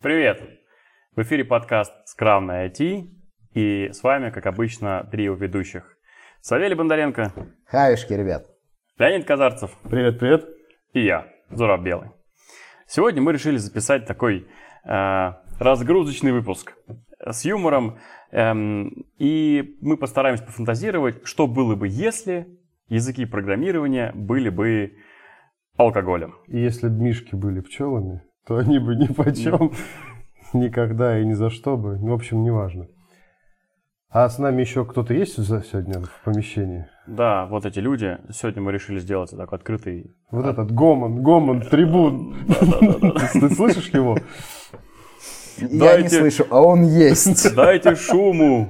Привет! В эфире подкаст «Скромное IT», и с вами, как обычно, трио ведущих. Савелий Бондаренко. Хаюшки, ребят. Леонид Казарцев. Привет, привет. И я, Зураб Белый. Сегодня мы решили записать такой разгрузочный выпуск с юмором, и мы постараемся пофантазировать, что было бы, если языки программирования были бы алкоголем. И если бы мишки были пчелами, то они бы ни почем, никогда и ни за что бы. В общем, неважно. А с нами еще кто-то есть сегодня в помещении? Да, вот эти люди. Сегодня мы решили сделать такой открытый... Вот этот гомон, трибун. Ты слышишь его? Я не слышу, а он есть. Дайте шуму.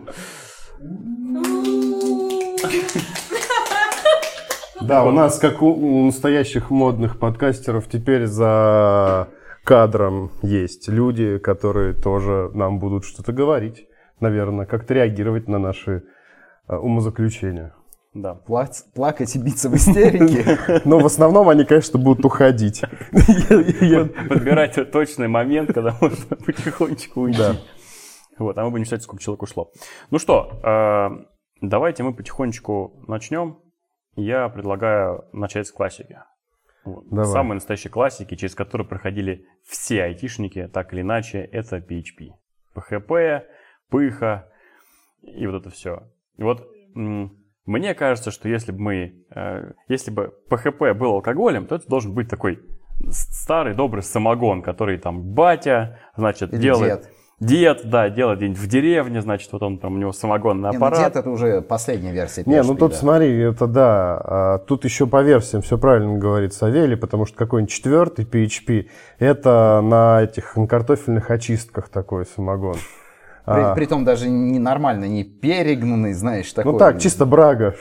Да, у нас, как у настоящих модных подкастеров, теперь за кадром есть люди, которые тоже нам будут что-то говорить, наверное, как-то реагировать на наши умозаключения. Да. Плакать и биться в истерике. Но в основном они, конечно, будут уходить. Подбирать точный момент, когда можно потихонечку уйти. Да. Вот, а мы будем считать, сколько человек ушло. Ну что, давайте мы потихонечку начнем. Я предлагаю начать с классики. Вот. Самые настоящие классики, через которые проходили все айтишники, так или иначе, это PHP. PHP, пыха и вот это все. И вот мне кажется, что если бы PHP был алкоголем, то это должен быть такой старый добрый самогон, который там батя, значит, или делает... Дед, да, делает где-нибудь в деревне, значит, вот он там, у него самогонный аппарат. Дед — это уже последняя версия PHP. Не, ну тут смотри, это да, тут еще по версиям все правильно говорит Савелий, потому что какой-нибудь четвертый PHP, это на картофельных очистках такой самогон. Притом даже не нормально, не перегнанный, знаешь, такой. Ну так, чисто брага.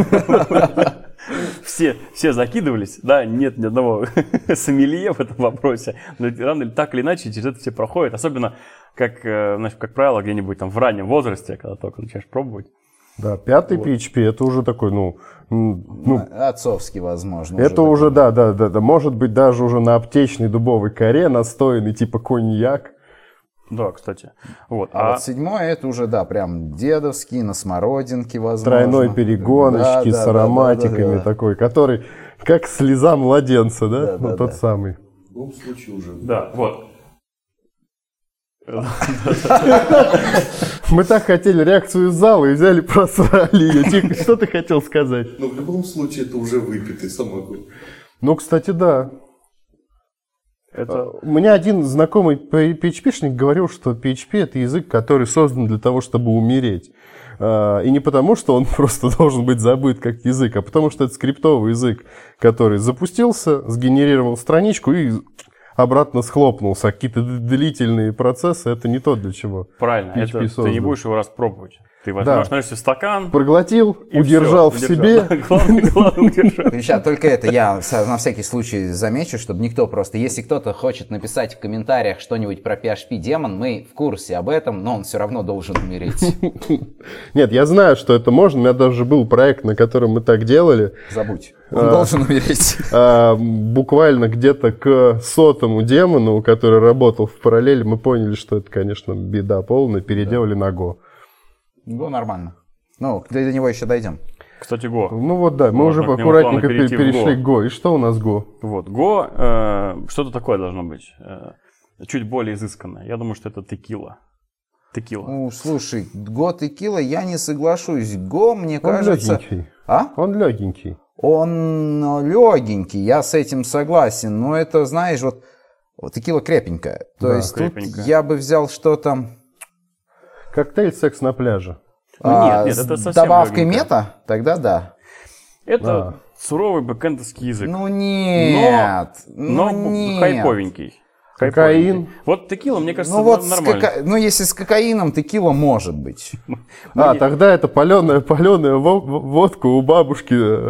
Все закидывались, да, нет ни одного сомелье в этом вопросе, но рано или так или иначе через это все проходят, особенно, как правило, где-нибудь там в раннем возрасте, когда только начинаешь пробовать. Да, пятый вот. PHP, это уже такой, отцовский, возможно. Это уже, да, может быть, даже уже на аптечной дубовой коре настоянный, типа коньяк. Да, кстати. Вот. Вот седьмой, это уже, да, прям дедовский, на смородинке, возможно. Тройной перегоночки с ароматиками такой, который как слеза младенца, да? Вот тот самый. В любом случае уже. Да, вот. Мы так хотели реакцию из зала и взяли, просрали ее. Что ты хотел сказать? Но в любом случае это уже выпитый самогон. Ну, кстати, да. У меня один знакомый PHP-шник говорил, что PHP — это язык, который создан для того, чтобы умереть. И не потому, что он просто должен быть забыт как язык, а потому что это скриптовый язык, который запустился, сгенерировал страничку и обратно схлопнулся. Какие-то длительные процессы — это не то, для чего. Правильно, это ты не будешь его распробовать. Ты возьмешь, налишься в стакан. Проглотил, удержал в себе. Главное, удержал. Сейчас только это я на всякий случай замечу, чтобы никто просто... Если кто-то хочет написать в комментариях что-нибудь про PHP-демон, мы в курсе об этом, но он все равно должен умереть. Нет, я знаю, что это можно. У меня даже был проект, на котором мы так делали. Забудь. Он должен умереть. Буквально где-то к 100-му демону, который работал в параллели, мы поняли, что это, конечно, беда полная. Переделали на Go. Go нормально. Ну, до него еще дойдем. Кстати, Go. Ну вот да, мы уже аккуратненько перешли к Go. И что у нас Go? Вот, Go, что-то такое должно быть. Чуть более изысканное. Я думаю, что это текила. Ну, слушай, Go текила, я не соглашусь. Go, мне кажется... Легенький. Он легенький. Он легенький, я с этим согласен. Но это, знаешь, вот текила крепенькая. То есть крепенькая. Тут я бы взял что-то... Коктейль «Секс на пляже». Нет, это совсем добавкой легенько. Мета? Тогда да. Это суровый бэкэндовский язык. Ну нет. Но хайповенький. Кокаин. Вот текила, мне кажется, нормально. Если с кокаином, текила может быть. Тогда это паленая водка у бабушки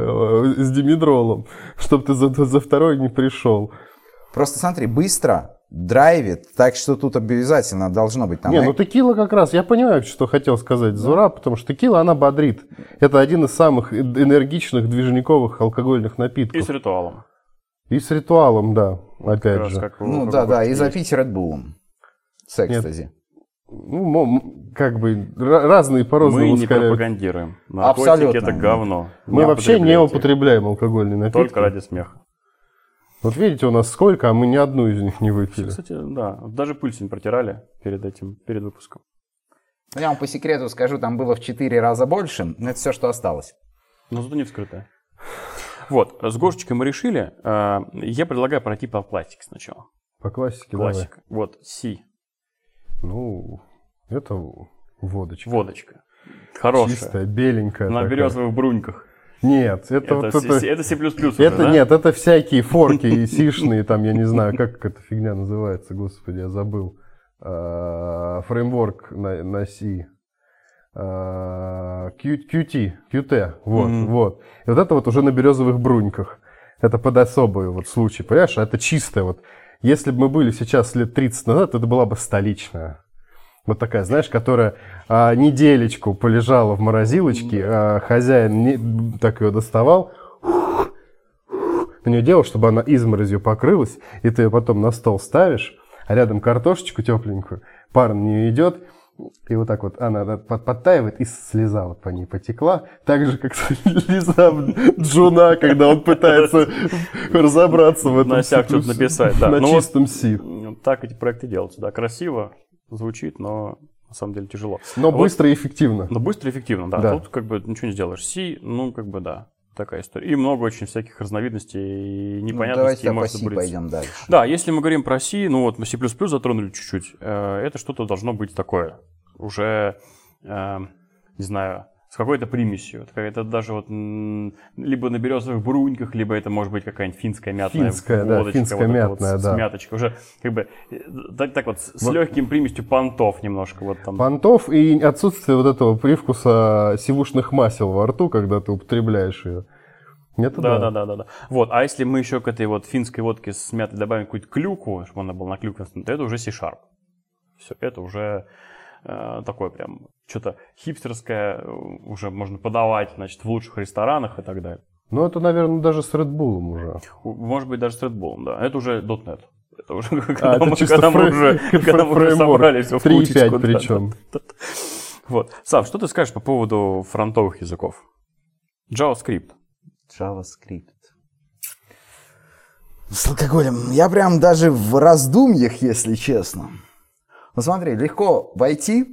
с димедролом, чтобы ты за второй не пришел. Просто смотри, быстро драйвит, так что тут обязательно должно быть там... Не, ну текила как раз, я понимаю, что хотел сказать Зура, потому что текила, она бодрит. Это один из самых энергичных движниковых алкогольных напитков. И с ритуалом. И с ритуалом, да, опять же. Ну да, и запить Red Bull'ом. С экстази. Ну, как бы разные по-разному Мы не ускоряют. пропагандируем. Наркотики Абсолютно. это говно. Мы вообще не употребляем алкогольные напитки. Только ради смеха. Вот видите, у нас сколько, а мы ни одну из них не выпили. Кстати, да. Даже пыль сегодня протирали перед выпуском. Я вам по секрету скажу, там было в 4 раза больше, но это все, что осталось. Но зато не вскрытое. Вот, с Гошечкой мы решили. Я предлагаю пройти по классике сначала. По классике, Классика. Вот, Си. Ну, это водочка. Водочка. Хорошая. Чистая, беленькая. На такая. березовых бруньках. Нет, это вот это... Это C++ уже, Это да? нет, это всякие форки и сишные, там, я не знаю, как эта фигня называется, господи, я забыл. Фреймворк на C. Qt, вот. И вот это вот уже на березовых бруньках. Это под особый вот случай, понимаешь? А это чистое вот. Если бы мы были сейчас лет 30 назад, это была бы столичная. Вот такая, знаешь, которая неделечку полежала в морозилочке, хозяин так ее доставал, на нее делал, чтобы она изморозью покрылась, и ты ее потом на стол ставишь, а рядом картошечку тепленькую, пар на нее идет, и вот так вот она подтаивает, и слеза вот по ней потекла, так же, как слеза Джуна, когда он пытается разобраться в этом. На всяк что-то написать, да. На Ну чистом вот, Си. так эти проекты делаются, да. Красиво звучит, но на самом деле тяжело. Но Вот, быстро и эффективно. но быстро и эффективно, да. Да. Тут как бы ничего не сделаешь. Си, ну как бы да, такая история. И много очень всяких разновидностей и Ну, непонятностей. давайте по может Си быть. пойдем дальше. Да, если мы говорим про C, ну вот мы C++ затронули чуть-чуть, это что-то должно быть такое, уже, не знаю, с какой-то примесью. Это даже вот либо на березовых бруньках, либо это может быть какая-нибудь финская мятная Финская, да, водочка. финская вот это мятная, вот да. С мяточкой. Уже как бы так вот с Вот. легким примесью понтов немножко. Вот там. Понтов и отсутствие вот этого привкуса сивушных масел во рту, когда ты употребляешь ее. Это Да. Вот, а если мы еще к этой вот финской водке с мятой добавим какую-то клюкву, чтобы она была на клюквенном, то это уже C-Sharp. Все, это уже такое прям что-то хипстерское, уже можно подавать, значит, в лучших ресторанах и так далее. Ну, это, наверное, даже с Red Bull уже. Может быть, даже с Red Bull, да. Это уже .NET. Это уже это чисто когда мы уже собрали все в 3.5 кучечку. причем. Да. Вот. Сав, что ты скажешь по поводу фронтовых языков? JavaScript. JavaScript. С алкоголем. Я прям даже в раздумьях, если честно. Ну смотри, легко войти.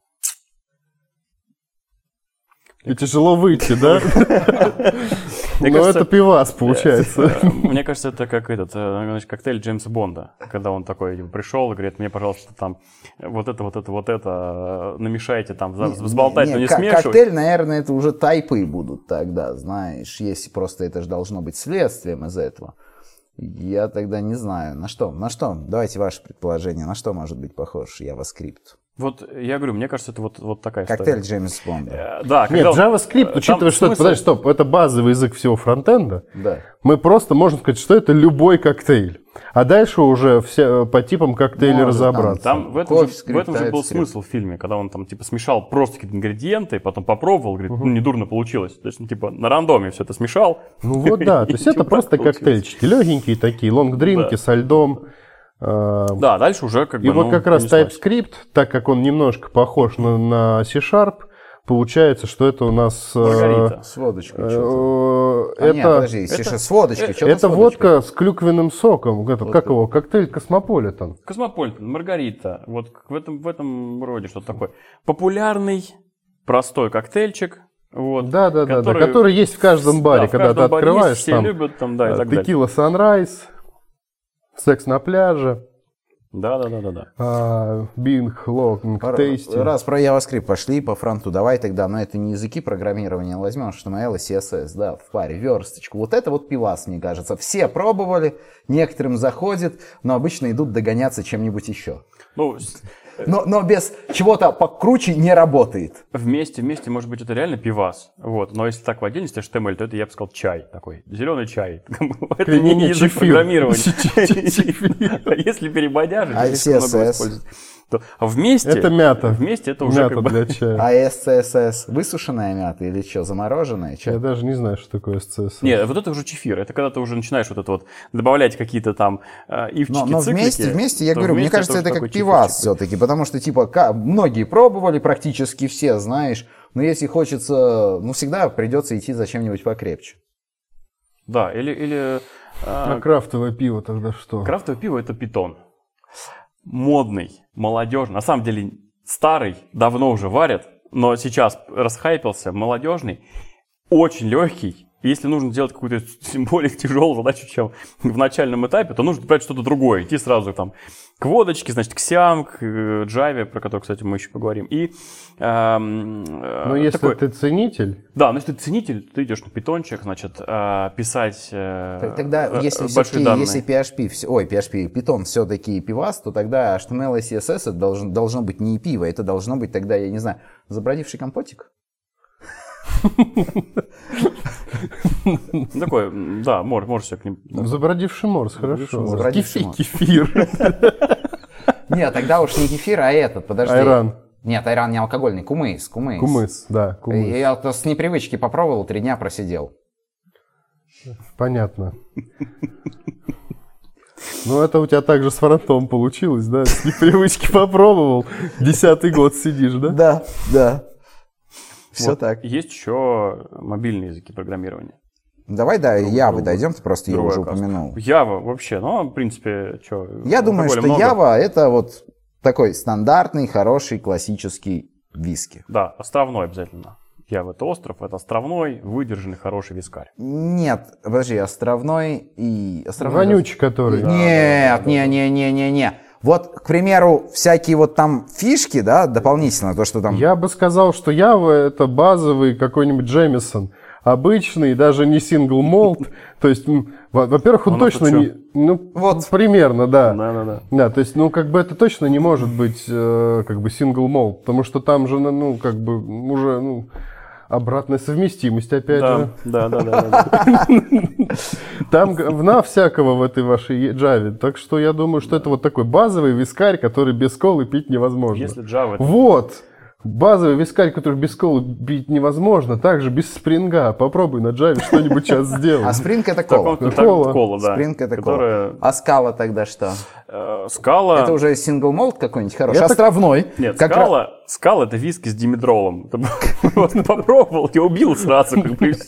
И тяжело выйти, да? Но это пивас, получается. Мне кажется, это как значит, коктейль Джеймса Бонда, когда он такой пришел и говорит, мне, пожалуйста, там вот это намешайте, там, взболтать, но не смешивать. Коктейль, наверное, это уже тайпы будут тогда, знаешь, если просто это же должно быть следствием из этого. Я тогда не знаю, на что? Давайте ваше предположение, на что может быть похож JavaScript? Вот я говорю, мне кажется, это вот такая Коктейль история. Джеймса Бонда. Да, Нет, JavaScript, учитывая, что это, подожди, стоп, это базовый язык всего фронтенда, Да. мы просто можем сказать, что это любой коктейль. А дальше уже все по типам коктейлей Может, разобраться. Там в этом же был смысл в фильме, когда он там типа смешал просто какие-то ингредиенты, потом попробовал, говорит, ну недурно получилось. То есть, ну типа на рандоме все это смешал. Ну вот да, то есть это просто коктейльчики, легенькие такие, лонг-дринки со льдом. Да, дальше уже как бы... И вот как раз TypeScript, так как он немножко похож на C-Sharp, получается, что это у нас... Маргарита. С водочкой что-то. Нет, подожди, с водочкой. Что-то Это с водочкой. водка с клюквенным соком. Как его? Коктейль Космополитен. Космополитен, Маргарита. Вот в этом роде что-то такое. Популярный, простой коктейльчик. Вот, Да, который есть в каждом баре, в когда каждом ты баре открываешь, есть, все там любят, там, да, и так далее. текила Sunrise, секс на пляже, Да. Bing, Long, Tasty. Раз про JavaScript пошли по фронту, давай тогда, но это не языки программирования, возьмем HTML и CSS, да, в паре, версточку. Вот это вот пивас, мне кажется. Все пробовали, некоторым заходит, но обычно идут догоняться чем-нибудь еще. Ну, Но без чего-то покруче не работает. вместе, может быть, это реально пивас. Вот. Но если так в отдельности HTML, то это, я бы сказал, чай такой. Зеленый чай. Это не язык программирования. А если перебодяжить, А здесь много CSS? используют. А вместе... Это мята. Вместе это уже Мята как бы... для чая. А SCSS высушенная мята или что, замороженная? Я Чё? даже не знаю, что такое СЦС. Нет, вот это уже чефир. Это когда ты уже начинаешь вот это вот добавлять какие-то там ивчики, Но циклики. вместе, я то говорю, мне вместе кажется, это уже как такой пивас чефирчик. все-таки, потому что, типа, многие пробовали, практически все, знаешь, но если хочется, всегда придется идти за чем-нибудь покрепче. Да, или А крафтовое пиво тогда что? крафтовое пиво — это питон. Модный, молодежный. На самом деле старый, давно уже варят, но сейчас расхайпился, молодежный, очень легкий. Если нужно делать какую-то более тяжелую задачу, чем в начальном этапе, то нужно брать что-то другое. Идти сразу там к водочке, значит, к Сиам, к Джаве, про который, кстати, мы еще поговорим. И, Но если ты ценитель... Да, но если ты ценитель, ты идешь на питончик, значит, писать Тогда, если большие все-таки, данные. если PHP, Python все-таки пивас, то тогда HTML и CSS это должно быть не пиво, это должно быть тогда, я не знаю, забродивший компотик? Такой, да, можешь к ним... Забродивший морс, хорошо. Забродивший морс. Кефир. Нет, тогда уж не кефир, а этот, подожди. Айран. Нет, айран не алкогольный, кумыс. Кумыс, да, кумыс. Я вот с непривычки попробовал, 3 дня просидел. Понятно. Ну, это у тебя также с фронтом получилось, да? С непривычки попробовал. 10-й год сидишь, да? Да. Все Вот. так. Есть еще мобильные языки программирования. Давай до Явы дойдем, ты просто ее уже Другая каста. упомянул. Java вообще, в принципе, что... Я думаю, что Java это вот такой стандартный, хороший, классический виски. Да, островной обязательно. Java — это остров, это островной, выдержанный, хороший вискарь. Нет, подожди, островной и... Вонючий который. Нет, не. Вот, к примеру, всякие вот там фишки, да, дополнительно, то, что там... Я бы сказал, что Java это базовый какой-нибудь Джемисон. Обычный, даже не сингл молд. То есть, во-первых, он точно не... Вот примерно, да. Да. Да, то есть, как бы это точно не может быть как бы сингл молд, потому что там же, как бы уже, обратная совместимость, опять же. Да. Там говна всякого в этой вашей Java. Так что я думаю, что это вот такой базовый вискарь, который без колы пить невозможно. Если Java... Вот! Базовый вискарь, который без колы пить невозможно, также без спринга. Попробуй на Java что-нибудь сейчас сделать. А Spring это кола. Кола, да. Spring это кола. А Scala тогда что? Scala... Это уже сингл молд какой-нибудь хороший, островной. Нет, Scala это виски с димедролом. Попробовал, я убил сразу, как бы,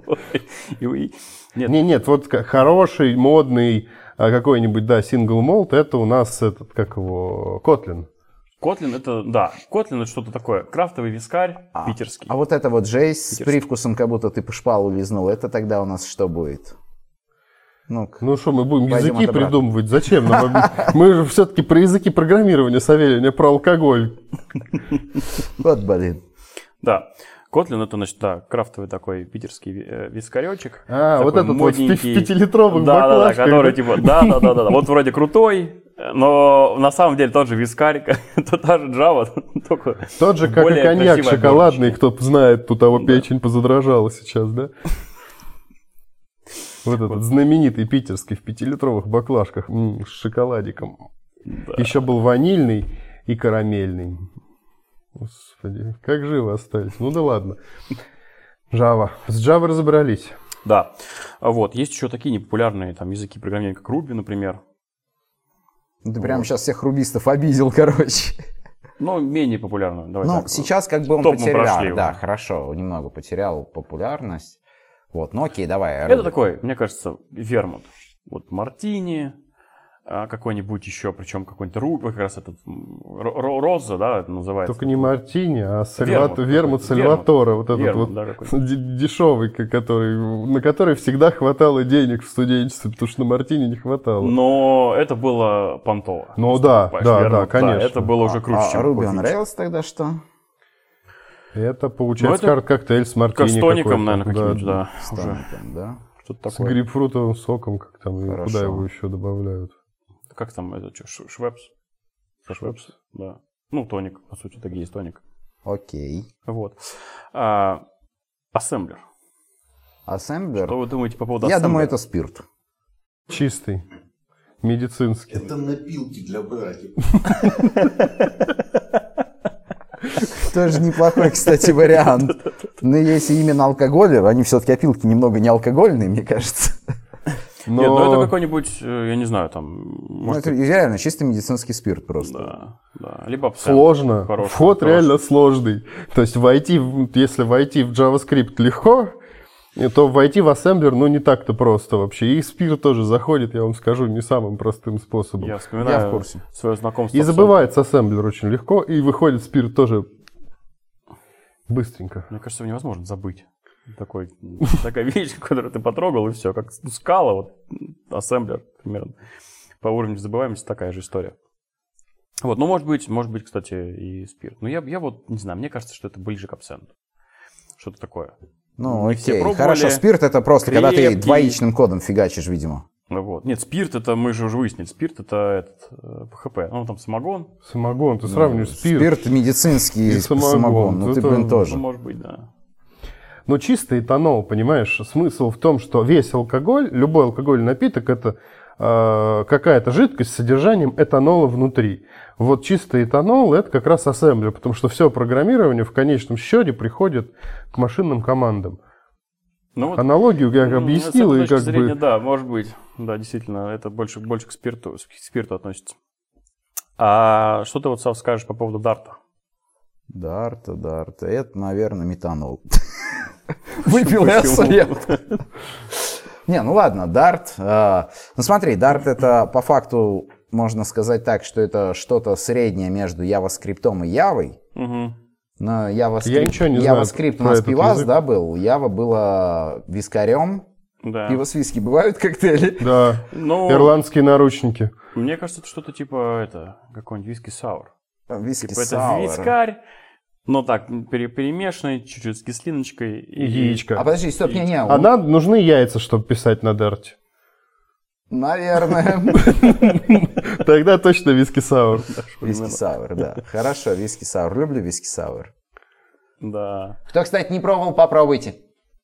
Нет, вот хороший, модный какой-нибудь, да, сингл молд, это у нас этот, как его, Kotlin. Kotlin это что-то такое, крафтовый вискарь питерский. А вот это вот Джейс с привкусом, как будто ты по шпалу лизнул, это тогда у нас что будет? Ну что, мы будем языки отобрать. придумывать? Зачем нам? Мы же все-таки про языки программирования, Савелий, не про алкоголь. Вот, блин. Да. Kotlin это, значит, да, крафтовый такой питерский вискаречек. Вот этот модненький. вот в 5-литровых да, баклажках. который типа, да. Вот вроде крутой, но на самом деле тот же вискарь, та же Java, только тот же, как и коньяк шоколадный, кто знает, у того печень позадрожала сейчас, да? Вот этот знаменитый питерский в 5-литровых баклажках с шоколадиком. Да. Еще был ванильный и карамельный. Господи, как живы остались. Ну да ладно. Java. С Java разобрались. Да. Вот. Есть еще такие непопулярные там языки программирования, как Ruby, например. Ты прямо сейчас всех рубистов обидел, короче. Менее популярно. Сейчас как бы он потерял. Да, хорошо, немного потерял популярность. Вот, окей, давай. Это такой, мне кажется, вермут. Вот мартини, какой-нибудь еще, причем какой-нибудь Руби, как раз этот Роза, да, это называется. Только не мартини, а вермут Сальватора. Вот этот вот дешевый, на который всегда хватало денег в студенчестве, потому что на мартини не хватало. Но это было понтово. Да, конечно. Да, это было уже круче, чем Ruby on Rails тогда что? Это, получается, коктейль с мартини. Как с тоником, наверное, каким-нибудь, да. С тоником, да. Что-то такое. С грейпфрутовым соком, как там, куда его еще добавляют. Как там, это что, Швепс? Швепс, да. Тоник, по сути, так и есть тоник. Окей. Вот. Ассемблер. Ассемблер? Что вы думаете по поводу Я ассемблера? думаю, это спирт. Чистый. медицинский. Это напилки для братьев. Тоже неплохой, кстати, вариант. Но если именно алкоголь, они все-таки опилки немного не алкогольные, мне кажется. Нет, ну это какой-нибудь, я не знаю, там... Ну, это реально чисто медицинский спирт просто. Да. Либо абсент. Сложно. Хороший, Вход реально сложный. То есть если войти в JavaScript легко, то войти в ассемблер, ну, не так-то просто вообще. И спирт тоже заходит, я вам скажу, не самым простым способом. Я вспоминаю свое знакомство. И забывается ассемблер очень легко, и выходит спирт тоже быстренько. Мне кажется, его невозможно забыть. Такая вещь, которую ты потрогал, и все. Как скала, вот ассемблер примерно. По уровню забываемости такая же история. Вот, ну, может быть, кстати, и спирт. Но я вот не знаю, мне кажется, что это ближе к абсенту. Что-то такое. Ну, окей. Хорошо, спирт это просто когда ты двоичным кодом фигачишь, видимо. Вот. Нет, спирт это, мы же уже выяснили, спирт это ПХП. Ну, там самогон. Самогон, ты сравниваешь спирт. Спирт медицинский самогон. Ну, ты, блин, тоже. Может быть, да. Но чистый этанол, понимаешь, смысл в том, что весь алкоголь, любой алкогольный напиток, это какая-то жидкость с содержанием этанола внутри. Вот чистый этанол – это как раз ассемблер, потому что все программирование в конечном счете приходит к машинным командам. Ну, вот, аналогию я объяснил. И как зрения, да, может быть. Да, действительно, это больше к спирту относится. А что ты вот, Сав, скажешь по поводу дарта? Дарта. Это, наверное, метанол. Выпил я слеп. Не, ну ладно, Dart. Ну смотри, Dart это по факту, можно сказать так, что это что-то среднее между JavaScript и Явой. Угу. Но JavaScript у нас пивас, да, был. Java было вискарем. Да. Пиво с виски бывают коктейли? Да, ирландские наручники. Мне кажется, это что-то типа какой-нибудь виски-саур. Виски-саур. Это вискарь. Но так, перемешанный, чуть-чуть с кислиночкой. И яичко. А подожди, стоп, не. А нам нужны яйца, чтобы писать на Дарте? Наверное. Тогда точно виски-саур. Виски-саур, да. Хорошо, виски-саур. Люблю виски-саур. Да. Кто, кстати, не пробовал, попробуйте.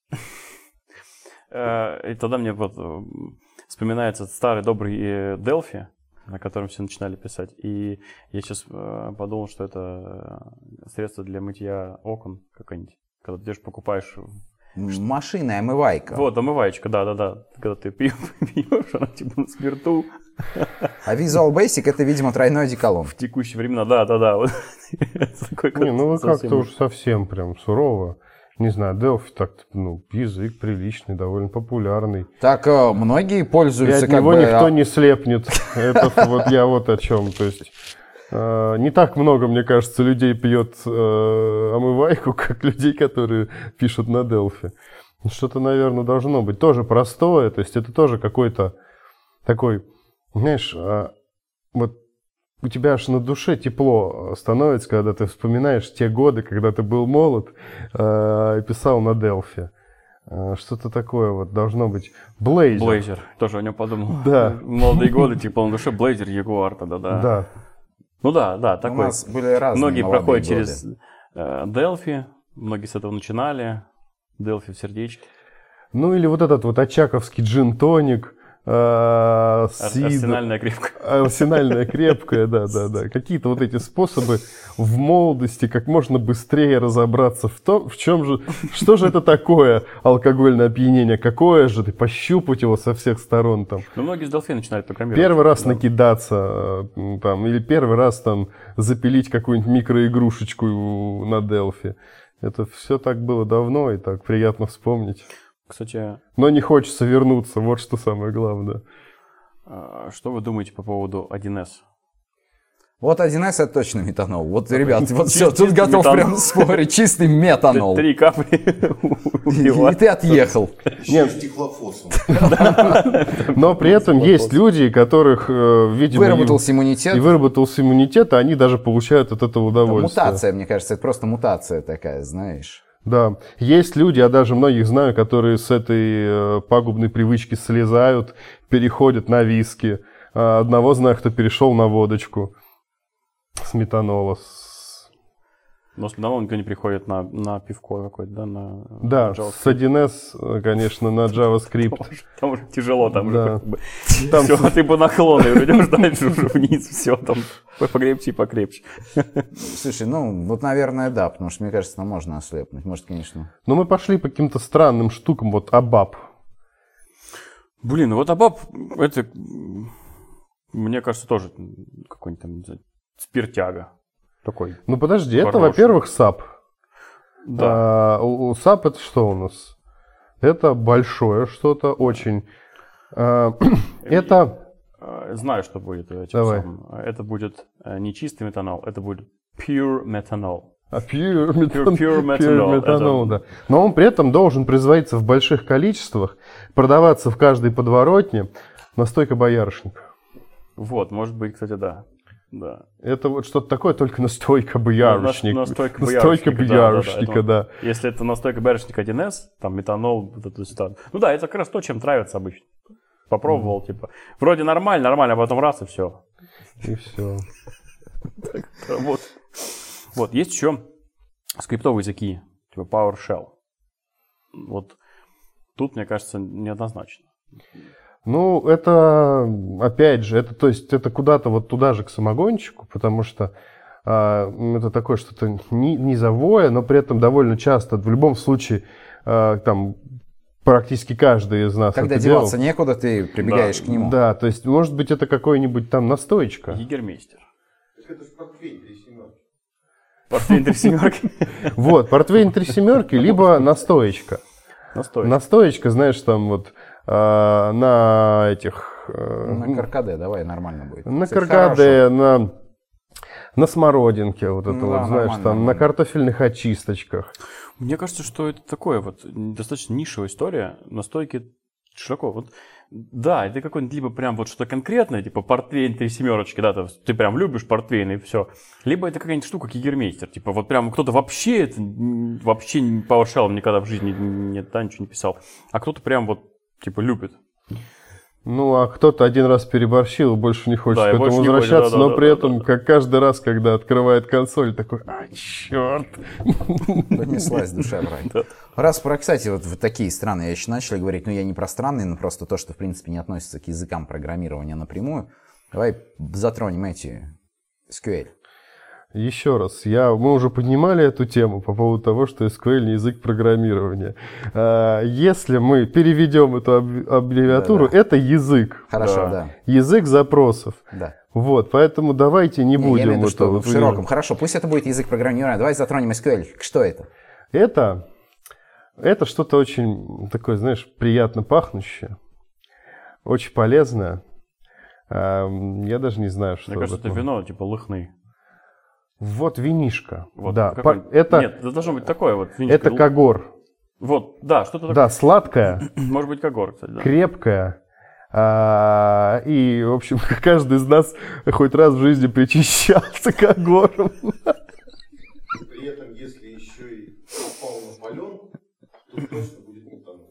И тогда мне вот вспоминается старый добрый Delphi, на котором все начинали писать. И я сейчас подумал, что это средство для мытья окон какое-нибудь. Когда ты идешь, покупаешь... Машина, омывайка. Вот, омываечка, да. Когда ты пьешь, она типа на спирту. А Visual Basic это, видимо, тройной одеколон. В текущие времена, да. Вот. Не, ну вы как-то уж совсем прям сурово. Не знаю, Delphi так-то, язык приличный, довольно популярный. Так многие пользуются. И от него никто не слепнет. Это вот я вот о чем. То есть не так много, мне кажется, людей пьет омывайку, как людей, которые пишут на Delphi. Что-то, наверное, должно быть тоже простое. То есть это тоже какой-то такой, знаешь, вот у тебя аж на душе тепло становится, когда ты вспоминаешь те годы, когда ты был молод и писал на Delphi. Что-то такое вот должно быть. Blazor. Тоже о нем подумал. Да. В молодые годы, типа, на душе Blazor, Jaguar тогда, да. Да. Ну да, такой. У нас были разные многие проходят годы. через Delphi, многие с этого начинали. Delphi в сердечке. Ну или вот этот вот очаковский джин-тоник. Арсенальная крепкая. Арсенальная крепкая, да. Какие-то вот эти способы в молодости как можно быстрее разобраться в том, в чем же, что же это такое алкогольное опьянение, какое же, ты пощупать его со всех сторон там. Ну, многие с Delphi начинают программировать. Первый раз накидаться там, или первый раз там запилить какую-нибудь микроигрушечку на Delphi. Это все так было давно и так приятно вспомнить. Кстати... Но не хочется вернуться, вот что самое главное. Что вы думаете по поводу 1С? Вот 1С это точно метанол. Вот, ребят, вот все, тут готов прям спорить. Чистый метанол. 3 капли. И ты отъехал. Нет, стеклофосом. Но при этом есть люди, которых, видимо... Выработался иммунитет. И выработался иммунитет, а они даже получают от этого удовольствие. Мутация, мне кажется, это просто мутация такая, знаешь. Да, есть люди, я даже многих знаю, которые с этой пагубной привычки слезают, переходят на виски. Одного знаю, кто перешел на водочку с метанола. Но давно никто не приходит на пивко какое-то, да? Да, с 1С, конечно, на JavaScript. Там уже тяжело, там Да. уже как бы... Все, ты по наклону идешь дальше уже вниз, все, там покрепче и покрепче. Слушай, ну, вот, наверное, да, потому что, мне кажется, нам можно ослепнуть. Может, конечно... Но мы пошли по каким-то странным штукам, вот ABAP. Блин, вот ABAP, это, мне кажется, тоже какой-нибудь там, не знаю, спиртяга такой. Ну подожди, это, Хороший. во-первых, SAP. Да. У SAP это что у нас? Это большое что-то, очень. Это... Знаю, что будет. Давай. Это будет не чистый метанол, это будет pure метанол. Pure Pure methanol, метанол, да. Но он при этом должен производиться в больших количествах, продаваться в каждой подворотне. Настойка боярышника. Вот, может быть, кстати, да. Да. Это вот что-то такое, только настойка боярышника. Настойка Настойка боярышника, да. Если это настойка боярышника 1С, там метанол, вот это сюда. Ну да, это как раз то, чем травится обычно. Попробовал, типа, вроде нормально, а потом раз и все. И все. Вот, есть еще скриптовые языки, типа PowerShell. Вот тут, мне кажется, неоднозначно. Ну, это, опять же, это, то есть, это куда-то вот туда же к самогонщику, потому что это такое что-то низовое, но при этом довольно часто, в любом случае, там, практически каждый из нас Когда это деваться делал. некуда, ты прибегаешь к нему. Да, то есть, может быть, это какой-нибудь там настоечка. Егермейстер. Это же портфель 3 семерки. Портфель 3 семерки. Вот, портвейн 3 семерки, либо настоечка. Настоечка. Настоечка, знаешь, там вот на этих... На каркаде, давай, нормально будет. На Кстати, каркаде, на смородинке, вот это Ну вот, да, знаешь, нормально, там на нормально. картофельных очисточках. Мне кажется, что это такое вот достаточно нишевая история. Настойки широко. Вот, да, это какой-нибудь либо прям вот что-то конкретное, типа портвейн 3 семерочки, да, ты прям любишь портвейн и все. Либо это какая-нибудь штука егермейстер. Типа вот прям кто-то вообще PowerShell никогда в жизни ничего не писал. А кто-то прям вот типа любит. Ну, а кто-то один раз переборщил и больше не хочет Да, к и этому больше не хочет, возвращаться, но при да, этом, как каждый раз, когда открывает консоль, такой, черт. Понеслась душа брать. Раз про, кстати, вот в такие страны я еще начали говорить, ну я не про страны, но просто то, что в принципе не относится к языкам программирования напрямую. Давай затронем эти SQL. Еще раз, мы уже поднимали эту тему по поводу того, что SQL не язык программирования. Если мы переведем эту аббревиатуру, это язык. Хорошо, да. Язык запросов. Да. Вот, поэтому давайте не Я будем... имею в виду, что вот в широком. Хорошо, пусть это будет язык программирования. Давай затронем SQL. Что это? Это что-то очень такое, знаешь, приятно пахнущее, очень полезное. Я даже не знаю, что Мне кажется, это такое. вино типа лыхны. Вот винишко. Вот, Да, какой- это, Нет, это должно быть такое вот. винишко. это когор. Вот, да, что-то такое. Да, сладкое, Может быть, когор, кстати, да. крепкое. И, в общем, каждый из нас хоть раз в жизни причащался когором. При этом, если еще и попал на паленку, то точно будет метанол.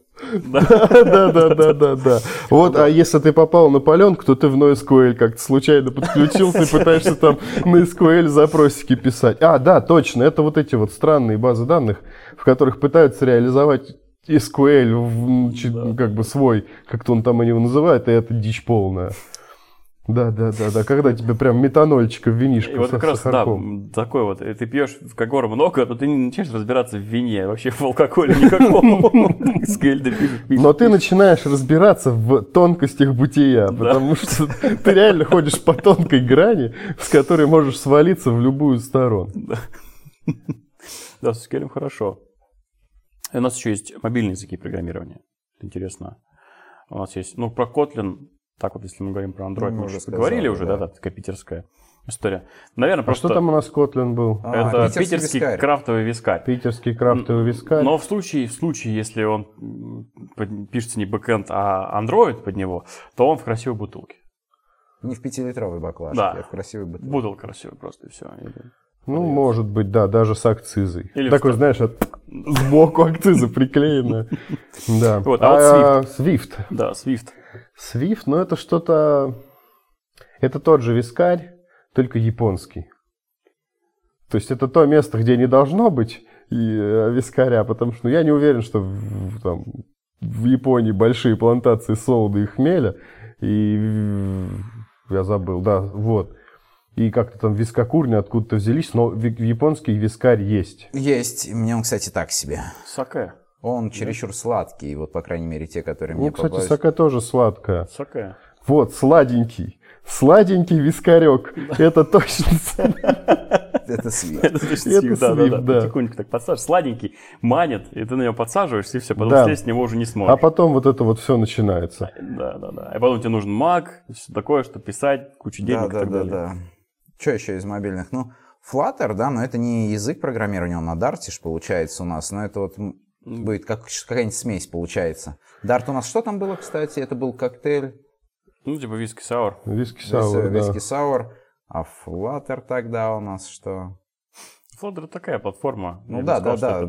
Да. Вот, а если ты попал на паленку, то ты в NoSQL как-то случайно подключился и пытаешься там на SQL запросики писать. Да, точно, это вот эти вот странные базы данных, в которых пытаются реализовать SQL, как бы свой, как-то он там его называет, и это дичь полная. Да, когда тебе прям метанольчика в винишко И вот с как раз, да, сахарком. такой вот, ты пьешь в когор много, то ты не начинаешь разбираться в вине, вообще в алкоголе никаком. SQL ты пишешь. Но ты начинаешь разбираться в тонкостях бытия, потому что ты реально ходишь по тонкой грани, с которой можешь свалиться в любую сторону. Да, с SQL хорошо. И у нас еще есть мобильные языки программирования. Интересно. У нас есть, про Kotlin, так вот, если мы говорим про Android, мы уже говорили уже, да, такая питерская история. Наверное, просто... Что там у нас Kotlin был? Это питерский вискарь. крафтовый вискарь. Питерский крафтовый вискарь. Но в случае, если он пишется не бэкэнд, а Android под него, то он в красивой бутылке. Не в 5-литровой баклажке, Да. а в красивой бутылке. Бутылка красивая просто, и все. Может быть, да, даже с акцизой. Или такой, в- знаешь, сбоку акциза приклеена. Да. Вот, а вот Swift. Да, Swift. Swift, это что-то... Это тот же вискарь, только японский. То есть это то место, где не должно быть вискаря, потому что я не уверен, что в Японии большие плантации солода и хмеля, и я забыл, да, вот. И как-то там вискокурни откуда-то взялись, но японский вискарь есть. Есть. Мне он, кстати, так себе. Саке. Он чересчур сладкий, вот, по крайней мере, те, которые мне кстати, попались. саке тоже сладкая. Саке. Вот, сладенький. Сладенький вискарек. Это точно. Это свифт. Это свифт, да. Потихоньку так подсаживаешь. Сладенький, манит, и ты на него подсаживаешься, и все, потом слезть с него уже не сможешь. А потом вот это вот все начинается. Да. И потом тебе нужен Mac, все такое, чтобы писать, кучу денег и так далее. Да. Что еще из мобильных? Ну, Flutter, да, но это не язык программирования, он на Dart получается у нас, но это вот будет какая-нибудь смесь получается. Dart у нас что там было, кстати? Это был коктейль? Ну, типа виски-саур. Виски-саур. А Flutter тогда у нас что? Flutter такая платформа. Ну да.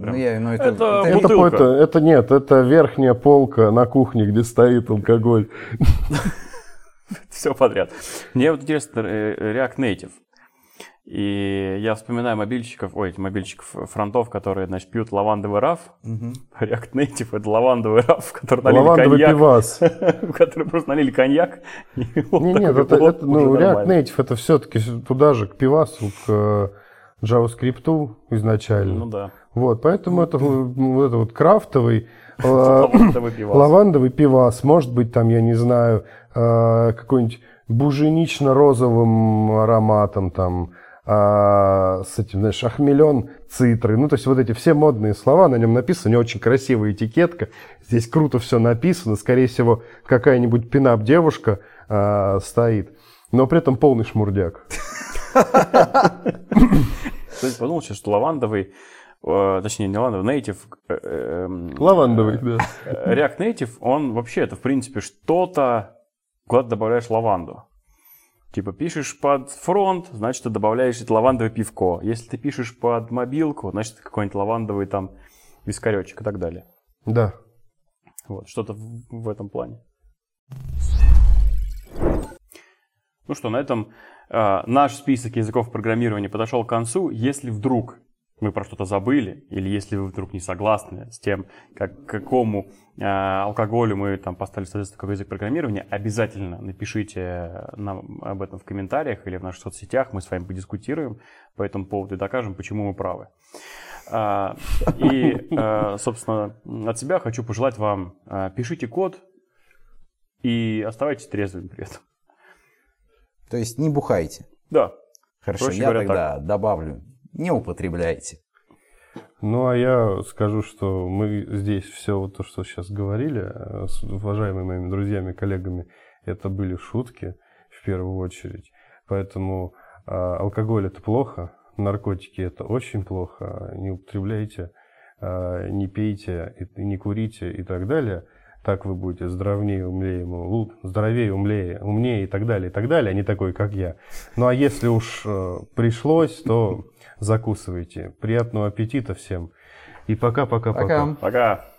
Это верхняя полка на кухне, где стоит алкоголь. Все подряд. Мне вот интересно React Native. И я вспоминаю мобильщиков фронтов, которые, значит, пьют лавандовый раф. React Native — это лавандовый раф, который налили лавандовый коньяк. Пивас. В который просто налили коньяк. Нет, React Native это все-таки туда же, к пивасу, к JavaScript изначально. Ну да. Вот, поэтому это вот крафтовый лавандовый пивас. Может быть, там, я не знаю, какой-нибудь буженично-розовым ароматом, там, с этим, знаешь, охмелен цитрой. Ну, то есть вот эти все модные слова, на нем написано, у него очень красивая этикетка. Здесь круто все написано. Скорее всего, какая-нибудь пинап-девушка стоит. Но при этом полный шмурдяк. Кстати, подумал сейчас, что лавандовый, точнее, не лавандовый, native. Лавандовый, да. React Native, он вообще, это, в принципе, что-то, куда ты добавляешь лаванду. Типа пишешь под фронт, значит, ты добавляешь это лавандовое пивко. Если ты пишешь под мобилку, значит, это какой-нибудь лавандовый там вискаречек и так далее. Да. Вот, что-то в этом плане. Ну что, на этом наш список языков программирования подошел к концу. Если вдруг мы про что-то забыли, или если вы вдруг не согласны с тем, к какому алкоголю мы там поставили, соответственно, какой язык программирования, обязательно напишите нам об этом в комментариях или в наших соцсетях, мы с вами подискутируем по этому поводу и докажем, почему мы правы. И, собственно, от себя хочу пожелать вам, пишите код и оставайтесь трезвыми при этом. То есть не бухайте. Да. Хорошо, я тогда добавлю. Не употребляйте. Ну, а я скажу, что мы здесь все вот то, что сейчас говорили, с уважаемыми моими друзьями, коллегами, это были шутки в первую очередь. Поэтому алкоголь – это плохо, наркотики – это очень плохо. Не употребляйте, не пейте, не курите и так далее. Так вы будете здоровее, умнее и так далее, а не такой, как я. Ну, а если уж пришлось, то закусывайте. Приятного аппетита всем. И пока-пока-пока. Пока.